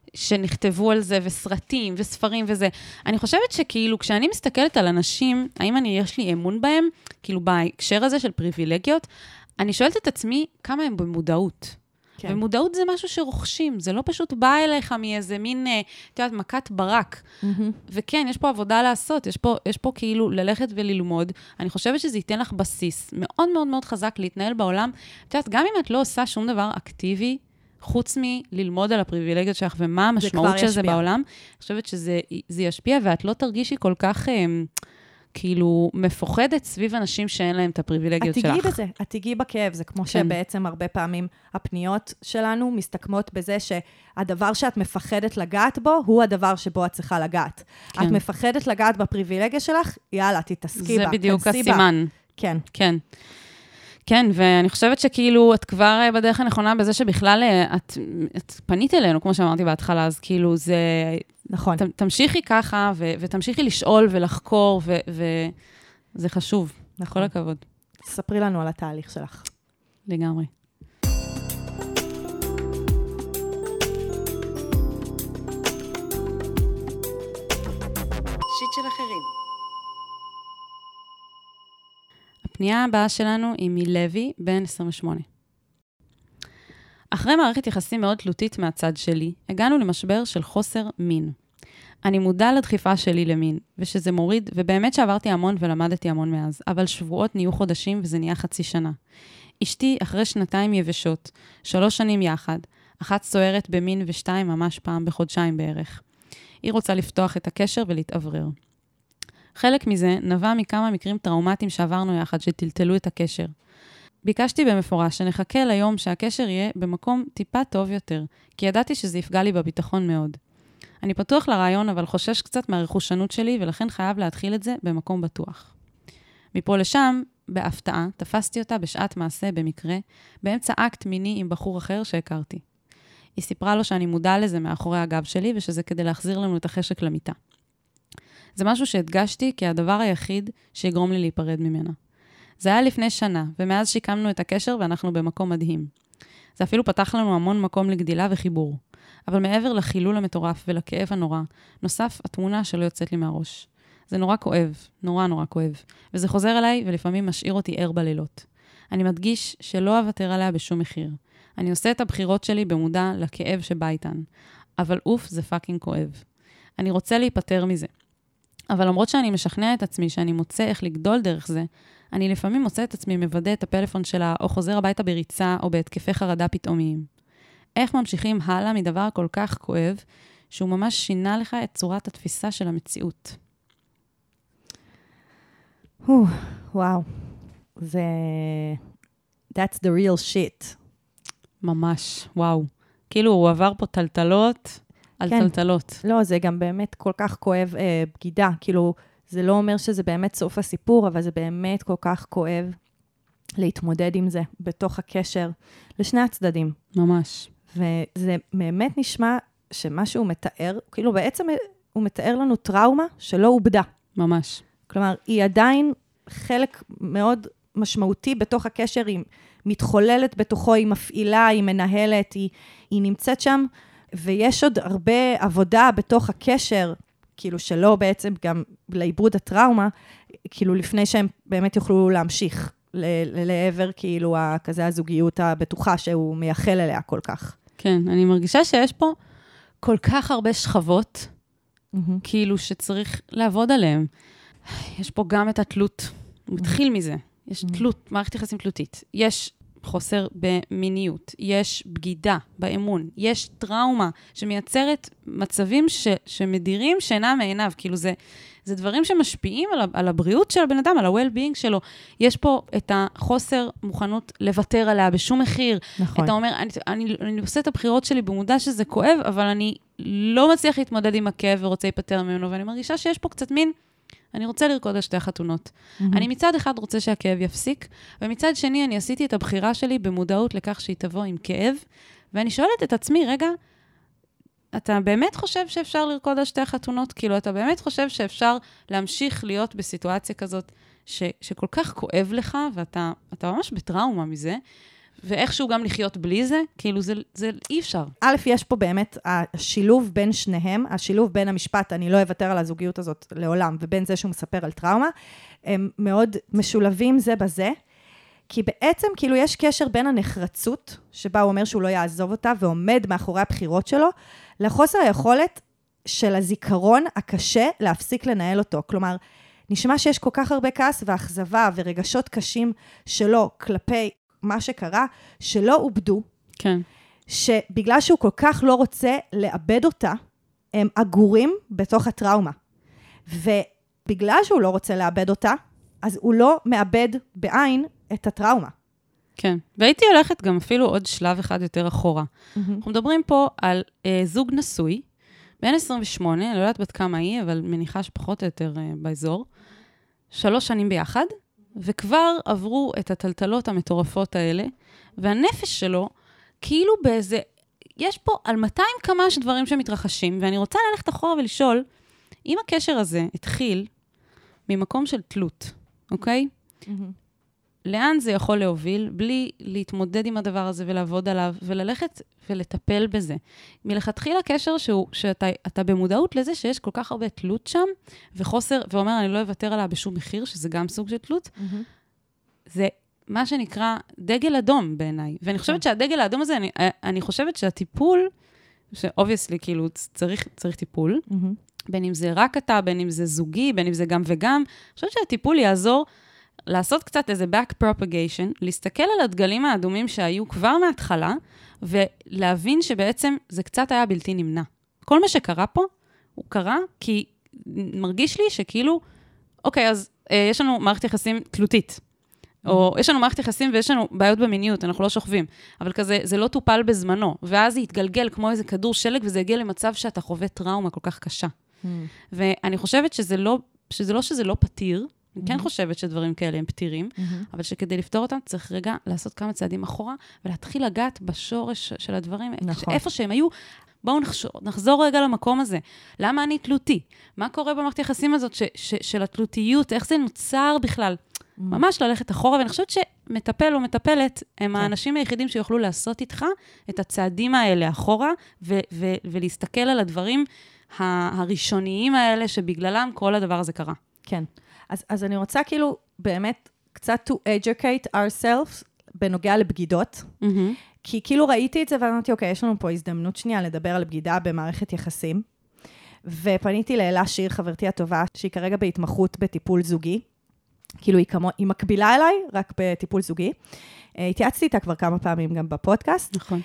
שנכתבו על זה, וסרטים, וספרים וזה. אני חושבת שכאילו, כשאני מסתכלת על אנשים, האם אני, יש לי אמון בהם, כאילו בהקשר הזה של פריבילגיות, אני שואלת את עצמי כמה הם במודעות. כן. ומודעות זה משהו שרוכשים, זה לא פשוט בא אליך מאיזה מין, את יודעת, מכת ברק. Mm-hmm. וכן, יש פה עבודה לעשות, יש פה, יש פה כאילו ללכת וללמוד. אני חושבת שזה ייתן לך בסיס מאוד מאוד מאוד חזק להתנהל בעולם. את יודעת, גם אם את לא עושה שום דבר אקטיבי, חוץ מללמוד על הפריבילגיות שלך ומה המשמעות של זה בעולם, אני חושבת שזה ישפיע, ואת לא תרגישי כל כך כאילו מפוחדת סביב אנשים שאין להם את הפריבילגיות שלך. את תגיעי בזה, את תגיעי בכאב, זה כמו שבעצם הרבה פעמים הפניות שלנו מסתכמות בזה שהדבר שאת מפחדת לגעת בו, הוא הדבר שבו את צריכה לגעת. את מפחדת לגעת בפריבילגיה שלך, יאללה, תתעסקי בה. זה בדיוק הסימן. כן. כן. כן, ואני חושבת שכאילו את כבר בדרך הנכונה בזה שבכלל את, את פנית אלינו, כמו שאמרתי בהתחלה, אז כאילו זה... נכון. ת, תמשיכי ככה, ו, ותמשיכי לשאול ולחקור, ו, וזה חשוב. נכון. כל הכבוד. ספרי לנו על התהליך שלך. לגמרי. שיט של אחרים. הפנייה הבאה שלנו היא מלוי, בן עשרים ושמונה. אחרי מערכת יחסים מאוד תלותית מהצד שלי, הגענו למשבר של חוסר מין. אני מודע לדחיפה שלי למין, ושזה מוריד, ובאמת שעברתי המון ולמדתי המון מאז, אבל שבועות נהיו חודשים וזה נהיה חצי שנה. אשתי, אחרי שנתיים יבשות, שלוש שנים יחד, אחת סוערת במין ושתיים ממש פעם בחודשיים בערך. היא רוצה לפתוח את הקשר ולהתעברר. חלק מזה נבע מכמה מקרים טראומטיים שעברנו יחד שטלטלו את הקשר. ביקשתי במפורש שנחכה ליום שהקשר יהיה במקום טיפה טוב יותר, כי ידעתי שזה יפגע לי בביטחון מאוד. אני פתוח לרעיון, אבל חושש קצת מהרכושנות שלי, ולכן חייב להתחיל את זה במקום בטוח. מפה לשם, בהפתעה, תפסתי אותה בשעת מעשה במקרה, באמצע אקט מיני עם בחור אחר שהכרתי. היא סיפרה לו שאני מודע לזה מאחורי הגב שלי, ושזה כדי להחזיר לנו את החשק למיטה. זה משהו שהדגשתי כהדבר היחיד שיגרום לי להיפרד ממנה. זה היה לפני שנה, ומאז שיקמנו את הקשר ואנחנו במקום מדהים. זה אפילו פתח לנו המון מקום לגדילה וחיבור. אבל מעבר לחילול המטורף ולכאב הנורא, נוסף התמונה שלא יוצאת לי מהראש. זה נורא כואב, נורא נורא כואב, וזה חוזר אליי ולפעמים משאיר אותי ער בלילות. אני מדגיש שלא אוותר עליה בשום מחיר. אני עושה את הבחירות שלי במודע לכאב שבא איתן, אבל אוף זה פאקינג כואב. אני רוצה להיפטר מזה. אבל למרות שאני משכנע את עצמי שאני מוצא איך לגדול דרך זה, אני לפעמים מוצא את עצמי מבדה את הפלאפון שלה, או חוזר הביתה בריצה, או בהתקפי חרדה פתאומיים. איך ממשיכים הלאה מדבר כל כך כואב, שהוא ממש שינה לך את צורת התפיסה של המציאות? וואו. זה... That's the real shit. ממש, וואו. כאילו הוא עבר פה טלטלות על כן. טלטלות. לא, זה גם באמת כל כך כואב אה, בגידה. כאילו, זה לא אומר שזה באמת סוף הסיפור, אבל זה באמת כל כך כואב להתמודד עם זה בתוך הקשר לשני הצדדים. ממש. וזה באמת נשמע שמה שהוא מתאר, כאילו בעצם הוא מתאר לנו טראומה שלא עובדה. ממש. כלומר, היא עדיין חלק מאוד משמעותי בתוך הקשר, היא מתחוללת בתוכו, היא מפעילה, היא מנהלת, היא, היא נמצאת שם, ויש עוד הרבה עבודה בתוך הקשר, כאילו שלא בעצם גם לאיבוד הטראומה, כאילו לפני שהם באמת יוכלו להמשיך לעבר, כאילו כזה הזוגיות הבטוחה שהוא מייחל אליה כל כך. כן, אני מרגישה שיש פה כל כך הרבה שכבות, mm-hmm. כאילו שצריך לעבוד עליהן. יש פה גם את התלות, הוא מתחיל מזה. יש mm-hmm. תלות, מערכת יחסים תלותית. יש חוסר במיניות, יש בגידה באמון, יש טראומה שמייצרת מצבים ש, שמדירים שינה מעיניו. כאילו זה, זה דברים שמשפיעים על, על הבריאות של הבן אדם, על ה-well-being שלו. יש פה את החוסר מוכנות לוותר עליה בשום מחיר. נכון. אתה אומר, אני, אני, אני עושה את הבחירות שלי במודע שזה כואב, אבל אני לא מצליח להתמודד עם הכאב ורוצה להיפטר ממנו, ואני מרגישה שיש פה קצת מין, אני רוצה לרקוד על שתי חתונות. Mm-hmm. אני מצד אחד רוצה שהכאב יפסיק, ומצד שני אני עשיתי את הבחירה שלי במודעות לכך שהיא תבוא עם כאב, ואני שואלת את עצמי, רגע, אתה באמת חושב שאפשר לרקוד על שתי חתונות? כאילו, אתה באמת חושב שאפשר להמשיך להיות בסיטואציה כזאת ש, שכל כך כואב לך, ואתה אתה ממש בטראומה מזה, ואיכשהו גם לחיות בלי זה, כאילו זה, זה אי אפשר. א', יש פה באמת השילוב בין שניהם, השילוב בין המשפט, אני לא אוותר על הזוגיות הזאת לעולם, ובין זה שהוא מספר על טראומה, הם מאוד משולבים זה בזה, כי בעצם כאילו יש קשר בין הנחרצות, שבה הוא אומר שהוא לא יעזוב אותה, ועומד מאחורי הבחירות שלו, לחוסר היכולת של הזיכרון הקשה להפסיק לנהל אותו. כלומר, נשמע שיש כל כך הרבה כעס ואכזבה ורגשות קשים שלו כלפי מה שקרה, שלא עובדו, כן. שבגלל שהוא כל כך לא רוצה לאבד אותה, הם אגורים בתוך הטראומה. ובגלל שהוא לא רוצה לאבד אותה, אז הוא לא מאבד בעין את הטראומה. כן, והייתי הולכת גם אפילו עוד שלב אחד יותר אחורה. Mm-hmm. אנחנו מדברים פה על אה, זוג נשוי, בן עשרים ושמונה, אני לא יודעת בת כמה היא, אבל מניחה שפחות או יותר אה, באזור, שלוש שנים ביחד, וכבר עברו את הטלטלות המטורפות האלה, והנפש שלו, כאילו באיזה, יש פה על מאתיים כמה שדברים שמתרחשים, ואני רוצה ללכת אחורה ולשאול, אם הקשר הזה התחיל ממקום של תלות, אוקיי? Mm-hmm. לאן זה יכול להוביל, בלי להתמודד עם הדבר הזה ולעבוד עליו, וללכת ולטפל בזה. מלכתחילה קשר שהוא, שאתה אתה במודעות לזה שיש כל כך הרבה תלות שם, וחוסר, ואומר, אני לא אוותר עליה בשום מחיר, שזה גם סוג של תלות, mm-hmm. זה מה שנקרא דגל אדום בעיניי. ואני חושבת שהדגל האדום הזה, אני, אני חושבת שהטיפול, שאובייסלי, כאילו, צריך, צריך טיפול, mm-hmm. בין אם זה רק אתה, בין אם זה זוגי, בין אם זה גם וגם, אני חושבת שהטיפול יעזור לעשות קצת איזה back propagation, להסתכל על הדגלים האדומים שהיו כבר מההתחלה, ולהבין שבעצם זה קצת היה בלתי נמנע. כל מה שקרה פה, הוא קרה כי מרגיש לי שכאילו, אוקיי, אז אה, יש לנו מערכת יחסים תלותית, או יש לנו מערכת יחסים ויש לנו בעיות במיניות, אנחנו לא שוכבים, אבל כזה, זה לא טופל בזמנו, ואז זה יתגלגל כמו איזה כדור שלג, וזה יגיע למצב שאתה חווה טראומה כל כך קשה. ואני חושבת שזה לא, שזה לא שזה לא פתיר, אני כן חושבת שדברים כאלה הם פתירים, אבל שכדי לפתור אותם צריך רגע לעשות כמה צעדים אחורה, ולהתחיל לגעת בשורש של הדברים, איפה שהם היו, בואו נחזור רגע למקום הזה. למה אני תלותי? מה קורה במערכת היחסים הזאת של התלותיות? איך זה נוצר בכלל? ממש ללכת אחורה, ואני חושבת שמטפל או מטפלת, הם האנשים היחידים שיוכלו לעשות איתך את הצעדים האלה אחורה, ולהסתכל על הדברים הראשוניים האלה, שבגללם כל הדבר הזה קרה. כן. אז, אז אני רוצה כאילו באמת קצת to educate ourselves בנוגע לבגידות, mm-hmm. כי כאילו ראיתי את זה ואמרתי, אוקיי, יש לנו פה הזדמנות שנייה לדבר על בגידה במערכת יחסים, ופניתי לאלה שיר, חברתי הטובה, שהיא כרגע בהתמחות בטיפול זוגי, כאילו היא, כמו, היא מקבילה אליי, רק בטיפול זוגי. התייעצתי איתה כבר כמה פעמים גם בפודקאסט. נכון.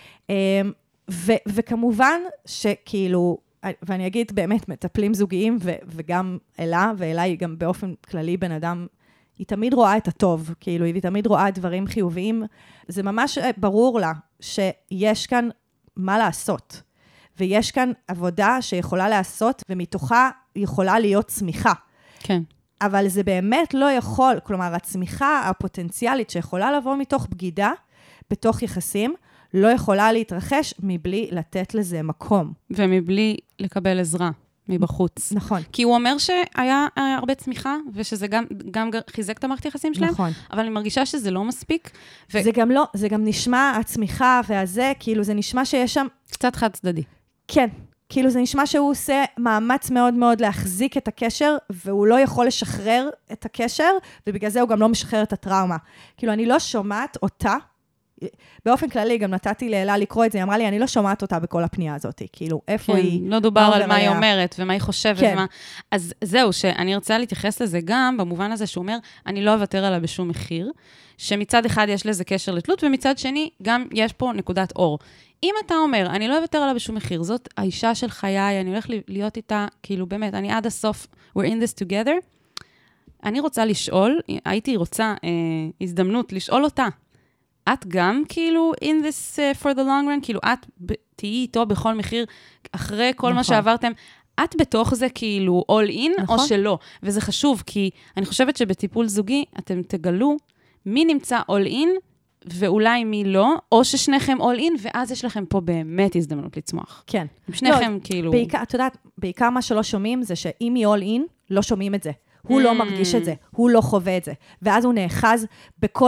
ו, וכמובן שכאילו, ואני אגיד באמת, מטפלים זוגיים, ו, וגם אלה, ואלה היא גם באופן כללי בן אדם, היא תמיד רואה את הטוב, כאילו, היא תמיד רואה דברים חיוביים. זה ממש ברור לה שיש כאן מה לעשות, ויש כאן עבודה שיכולה לעשות, ומתוכה יכולה להיות צמיחה. כן. אבל זה באמת לא יכול, כלומר, הצמיחה הפוטנציאלית שיכולה לבוא מתוך בגידה, בתוך יחסים, לא יכולה להתרחש מבלי לתת לזה מקום. ומבלי לקבל עזרה מבחוץ. נכון. כי הוא אומר שהיה הרבה צמיחה, ושזה גם, גם חיזק את המערכת היחסים שלהם, נכון. אבל אני מרגישה שזה לא מספיק. ו... זה גם לא, זה גם נשמע, הצמיחה והזה, כאילו זה נשמע שיש שם... קצת חד צדדי. כן. כאילו זה נשמע שהוא עושה מאמץ מאוד מאוד להחזיק את הקשר, והוא לא יכול לשחרר את הקשר, ובגלל זה הוא גם לא משחרר את הטראומה. כאילו אני לא שומעת אותה, באופן כללי גם נתתי לאלה לקרוא את זה, היא אמרה לי, אני לא שומעת אותה בכל הפנייה הזאת, כאילו איפה כן, היא... לא דובר על מה היא אומרת, ומה היא חושבת, כן. ומה... אז זהו, שאני רוצה להתייחס לזה גם, במובן הזה שהוא אומר, אני לא אוותר עליה בשום מחיר, שמצד אחד יש לזה קשר לתלות, ומצד שני גם יש פה נקודת אור. אם אתה אומר, אני לא אוותר עליה בשום מחיר, זאת האישה של חיי, אני הולך להיות איתה, כאילו באמת, אני עד הסוף, we're in this together, אני רוצה לשאול, הייתי רוצה אה, הזדמנות לשאול אותה, את גם כאילו in this uh, for the long run, כאילו את תהיי איתו בכל מחיר, אחרי כל נכון. מה שעברתם, את בתוך זה כאילו all in נכון. או שלא, וזה חשוב, כי אני חושבת שבטיפול זוגי, אתם תגלו מי נמצא all in, ואולי מי לא, או ששניכם all in, ואז יש לכם פה באמת הזדמנות לצמוח. כן. שניכם לא, כאילו... בעיקר, את יודעת, בעיקר מה שלא שומעים, זה שאם היא all in, לא שומעים את זה. הוא mm. לא מרגיש את זה, הוא לא חווה את זה. ואז הוא נאחז בכל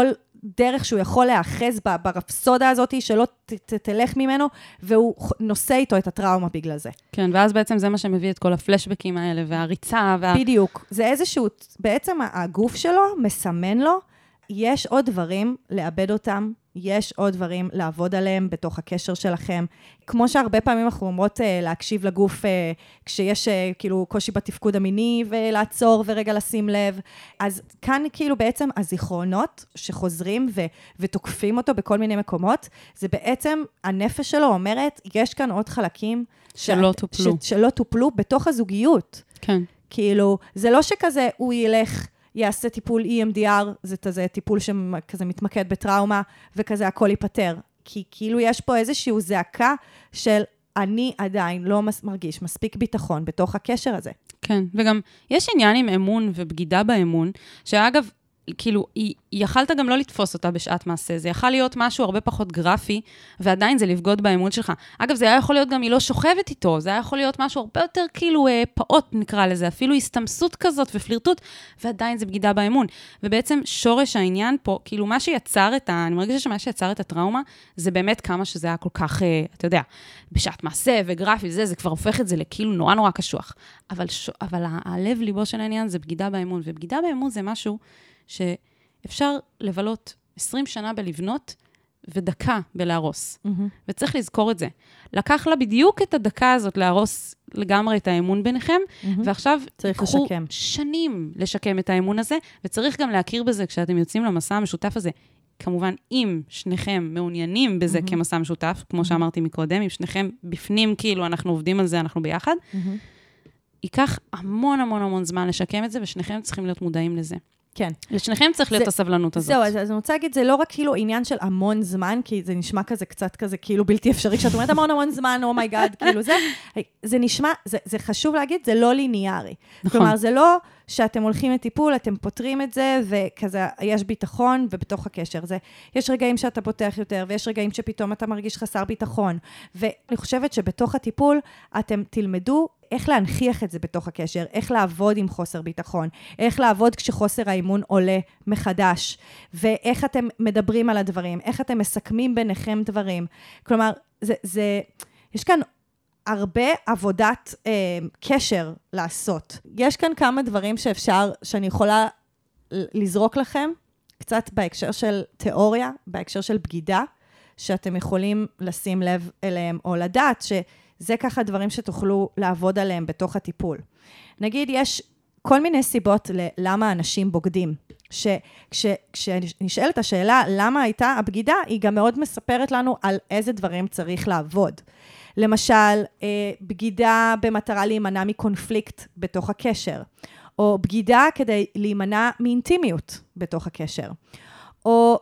דרך שהוא יכול להאחז ברפסודה הזאת, שלא ת, ת, תלך ממנו, והוא נושא איתו את הטראומה בגלל זה. כן, ואז בעצם זה מה שמביא את כל הפלשבקים האלה, והריצה, וה... בדיוק. זה איזשהו, בעצם הגוף שלו מסמן לו, יש עוד דברים לאבד אותם, יש עוד דברים לעבוד עליהם בתוך הקשר שלכם. כמו שהרבה פעמים אנחנו אומרות להקשיב לגוף כשיש כאילו קושי בתפקוד המיני ולעצור ורגע לשים לב. אז כאן כאילו בעצם הזיכרונות שחוזרים ו- ותוקפים אותו בכל מיני מקומות, זה בעצם הנפש שלו אומרת, יש כאן עוד חלקים שלא ש- טופלו. ש- שלא טופלו בתוך הזוגיות. כן. כאילו, זה לא שכזה הוא ילך... יעשה טיפול E M D R, זה כזה טיפול שכזה מתמקד בטראומה, וכזה הכל ייפטר. כי כאילו יש פה איזשהו זעקה של אני עדיין לא מרגיש מספיק ביטחון בתוך הקשר הזה. כן, וגם יש עניין עם אמון ובגידה באמון, שאגב, כאילו, יכלת גם לא לתפוס אותה בשעת מעשה, זה יכול להיות משהו הרבה פחות גרפי, ועדיין זה לבגוד באמון שלך. אגב, זה היה יכול להיות גם היא לא שוכבת איתו, זה היה יכול להיות משהו הרבה יותר כאילו אה, פעוט נקרא לזה, אפילו הסתמסות כזאת ופלירטות, ועדיין זה בגידה באמון. ובעצם שורש העניין פה, כאילו מה שיצר את ה... אני מרגישה שמה שיצר את הטראומה, זה באמת כמה שזה היה כל כך, אה, אתה יודע, בשעת מעשה וגרפי, זה, זה כבר הופך את זה לכאילו נורא נורא קשוח. אבל, ש... אבל הלב ליבו של העניין זה בגידה באמון, ובגידה באמון זה משהו שאפשר לבלות עשרים שנה בלבנות ודקה בלהרוס. Mm-hmm. וצריך לזכור את זה. לקח לה בדיוק את הדקה הזאת להרוס לגמרי את האמון ביניכם, mm-hmm. ועכשיו תיקחו לשקם. שנים לשקם את האמון הזה, וצריך גם להכיר בזה כשאתם יוצאים למסע המשותף הזה. כמובן, אם שניכם מעוניינים בזה mm-hmm. כמסע משותף, כמו mm-hmm. שאמרתי מקודם, אם שניכם בפנים כאילו אנחנו עובדים על זה, אנחנו ביחד, mm-hmm. ייקח המון המון המון זמן לשקם את זה, ושניכם צריכים להיות מודעים לזה. כן. לשניכם צריך להיות הסבלנות הזאת. זהו, אז, אז אני רוצה להגיד, זה לא רק כאילו עניין של המון זמן, כי זה נשמע כזה קצת כזה כאילו בלתי אפשרי, כשאת אומרת המון המון זמן, oh my God, כאילו זה, זה נשמע, זה, זה חשוב להגיד, זה לא ליניארי. נכון. כלומר, זה לא שאתם הולכים לטיפול, אתם פותרים את זה, וכזה יש ביטחון, ובתוך הקשר זה, יש רגעים שאתה פותח יותר, ויש רגעים שפתאום אתה מרגיש חסר ביטחון, ואני חושבת שבתוך הטיפול, אתם תלמדו איך להנחיח את זה בתוך הקשר, איך לעבוד עם חוסר ביטחון, איך לעבוד כשחוסר האימון עולה מחדש, ואיך אתם מדברים על הדברים, איך אתם מסכמים ביניכם דברים. כלומר, זה, זה, יש כאן הרבה עבודת אה, קשר לעשות. יש כאן כמה דברים שאפשר, שאני יכולה לזרוק לכם, קצת בהקשר של תיאוריה, בהקשר של בגידה, שאתם יכולים לשים לב אליהם, או לדעת ש... זה ככה דברים שתוכלו לעבוד עליהם בתוך הטיפול. נגיד, יש כל מיני סיבות ללמה אנשים בוגדים. כשנשאלת השאלה למה הייתה הבגידה, היא גם מאוד מספרת לנו על איזה דברים צריך לעבוד. למשל, בגידה במטרה להימנע מקונפליקט בתוך הקשר, או בגידה כדי להימנע מאינטימיות בתוך הקשר, או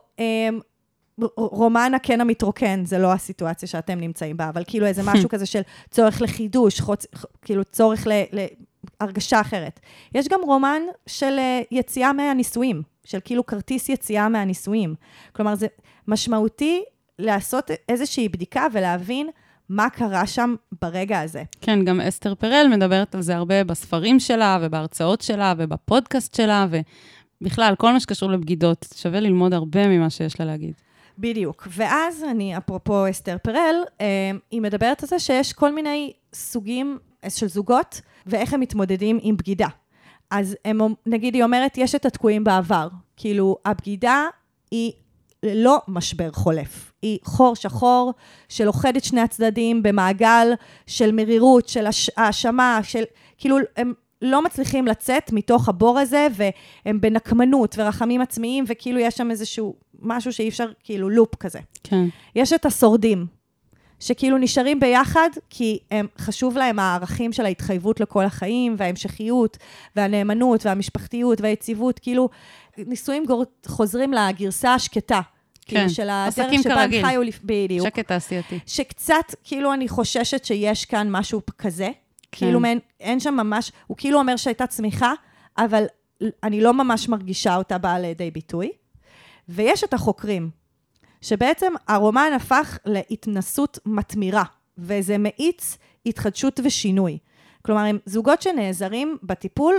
רומן הכן המתרוקן, זה לא הסיטואציה שאתם נמצאים בה, אבל כאילו איזה משהו כזה של צורך לחידוש, חוצ... כאילו צורך להרגשה אחרת. יש גם רומן של יציאה מהנישואים, של כאילו כרטיס יציאה מהנישואים. כלומר, זה משמעותי לעשות איזושהי בדיקה ולהבין מה קרה שם ברגע הזה. כן, גם אסתר פרל מדברת על זה הרבה בספרים שלה, ובהרצאות שלה, ובפודקאסט שלה, ובכלל, כל מה שקשור לבגידות, שווה ללמוד הרבה ממה שיש לה להגיד. בדיוק. ואז אני, אפרופו אסתר פרל, היא מדברת על זה שיש כל מיני סוגים של זוגות, ואיך הם מתמודדים עם בגידה. אז הם, נגיד, היא אומרת, יש את התקועים בעבר. כאילו, הבגידה היא לא משבר חולף. היא חור שחור שלוחד את שני הצדדים במעגל של מרירות, של האשמה, של, כאילו, הם לא מצליחים לצאת מתוך הבור הזה, והם בנקמנות ורחמים עצמיים, וכאילו יש שם איזשהו משהו שאי אפשר, כאילו לופ כזה. כן. יש את השורדים, שכאילו נשארים ביחד, כי הם, חשוב להם הערכים של ההתחייבות לכל החיים, וההמשכיות, והנאמנות, והמשפחתיות, והיציבות, כאילו נישואים גור... חוזרים לגרסה השקטה, כן, כאילו של הדרך שבה הם חיו בדיוק. שקט תעשייתי. שקצת, כאילו אני חוששת שיש כאן משהו כזה, כן. כאילו אין, אין שם ממש, הוא כאילו אומר שהייתה צמיחה, אבל אני לא ממש מרגישה אותה באה לידי ביטוי. ויש את החוקרים, שבעצם הרומן הפך להתנסות מתמירה, וזה מאיץ התחדשות ושינוי. כלומר, הם זוגות שנעזרים בטיפול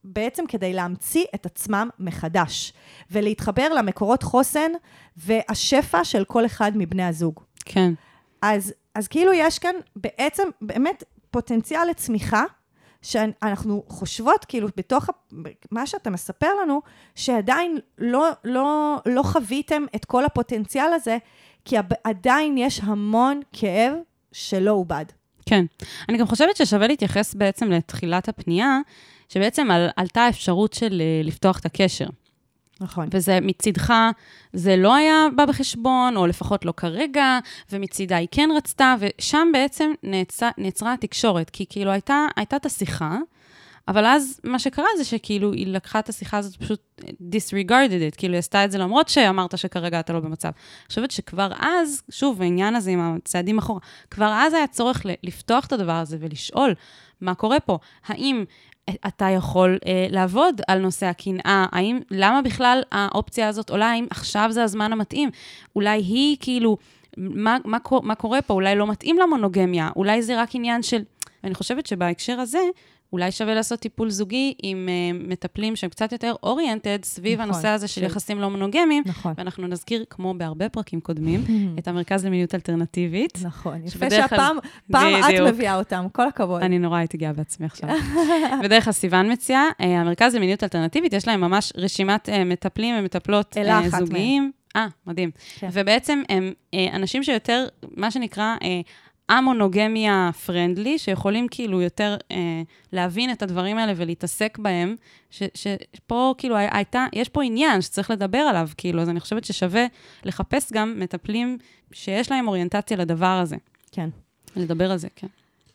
בעצם כדי להמציא את עצמם מחדש, ולהתחבר למקורות חוסן והשפע של כל אחד מבני הזוג. כן. אז, אז כאילו יש כאן בעצם באמת פוטנציאל לצמיחה, שאנחנו חושבות, כאילו, בתוך מה שאתה מספר לנו, שעדיין לא, לא, לא חוויתם את כל הפוטנציאל הזה, כי עדיין יש המון כאב שלא עובד. כן. אני גם חושבת ששווה להתייחס בעצם לתחילת הפנייה, שבעצם על, עלתה האפשרות של לפתוח את הקשר. נכון. וזה מצדך, זה לא היה בא בחשבון, או לפחות לא כרגע, ומצידה היא כן רצתה, ושם בעצם נעצרה, נעצרה התקשורת, כי כאילו הייתה, הייתה את השיחה, אבל אז מה שקרה זה שכאילו היא לקחה את השיחה הזאת, פשוט disregarded it, כאילו היא עשתה את זה למרות שאמרת שכרגע אתה לא במצב. אני חושבת שכבר אז, שוב, העניין הזה עם הצעדים אחורה, כבר אז היה צורך לפתוח את הדבר הזה ולשאול מה קורה פה. האם אתה יכול אה, לעבוד על נושא הקנאה, האם, למה בכלל האופציה הזאת עולה, האם עכשיו זה הזמן המתאים? אולי היא כאילו, מה, מה, מה קורה פה? אולי לא מתאים למונוגמיה, אולי זה רק עניין של, ואני חושבת שבהקשר הזה, אולי שווה לעשות טיפול זוגי עם uh, מטפלים שהם קצת יותר אוריינטד, סביב נכון, הנושא הזה של ש... יחסים לא מונוגמיים, נכון. ואנחנו נזכיר, כמו בהרבה פרקים קודמים, את המרכז למיניות אלטרנטיבית. נכון, יפה שהפעם פעם את מביאה אותם, כל הכבוד. אני נורא הייתי גאה בעצמי עכשיו. בדרך כלל סיוון מציעה, uh, המרכז למיניות אלטרנטיבית, יש להם ממש רשימת uh, מטפלים ומטפלות uh, זוגיים. אה, מדהים. כן. ובעצם הם uh, אנשים שיותר, מה שנקרא, uh, המונוגמיה פרנדלי, שיכולים כאילו יותר אה, להבין את הדברים האלה ולהתעסק בהם, ש, שפה כאילו הייתה, יש פה עניין שצריך לדבר עליו, כאילו, אז אני חושבת ששווה לחפש גם מטפלים שיש להם אוריינטציה לדבר הזה. כן. לדבר על זה, כן.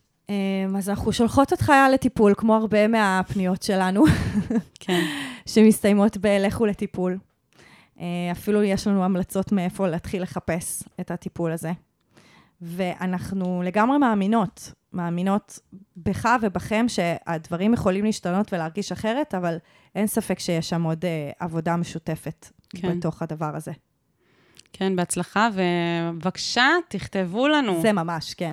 אז אנחנו שולחות אותך לטיפול, כמו הרבה מהפניות שלנו, כן. שמסתיימות בלכו לטיפול. אפילו יש לנו המלצות מאיפה להתחיל לחפש את הטיפול הזה. ואנחנו לגמרי מאמינות, מאמינות בך ובכם שהדברים יכולים להשתנות ולהרגיש אחרת, אבל אין ספק שיש שם עוד אה, עבודה משותפת כן. בתוך הדבר הזה. כן, בהצלחה, ובבקשה, תכתבו לנו. זה ממש, כן.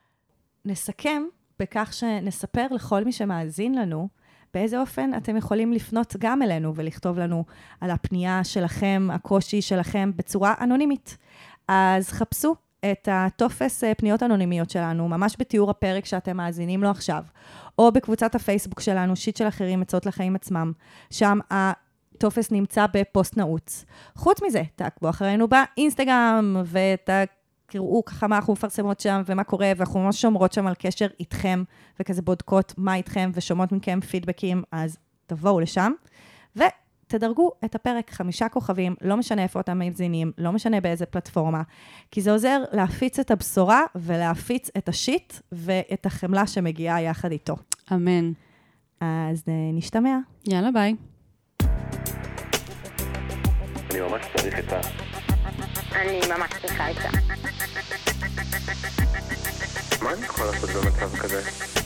נסכם בכך שנספר לכל מי שמאזין לנו, באיזה אופן אתם יכולים לפנות גם אלינו ולכתוב לנו על הפנייה שלכם, הקושי שלכם, בצורה אנונימית. אז חפשו את הטופס פניות אנונימיות שלנו, ממש בתיאור הפרק שאתם מאזינים לו עכשיו, או בקבוצת הפייסבוק שלנו, שיט של אחרים, עצות לחיים עצמם, שם הטופס נמצא בפוסט נעוץ. חוץ מזה, תעקבו אחרינו באינסטגרם, ותקראו ככה מה אנחנו מפרסמות שם, ומה קורה, ואנחנו ממש שומרות שם על קשר איתכם, וכזה בודקות מה איתכם, ושומעות מכם פידבקים, אז תבואו לשם, ו... תדרגו את הפרק חמישה כוכבים, לא משנה איפה אתם מאזינים, לא משנה באיזה פלטפורמה, כי זה עוזר להפיץ את הבשורה ולהפיץ את השיט ואת החמלה שמגיעה יחד איתו. אמן. אז נשתמע. יאללה, ביי. אני ממש צריך את ה... אני ממש צריכה את ה... מה אני יכול לעשות במצב כזה?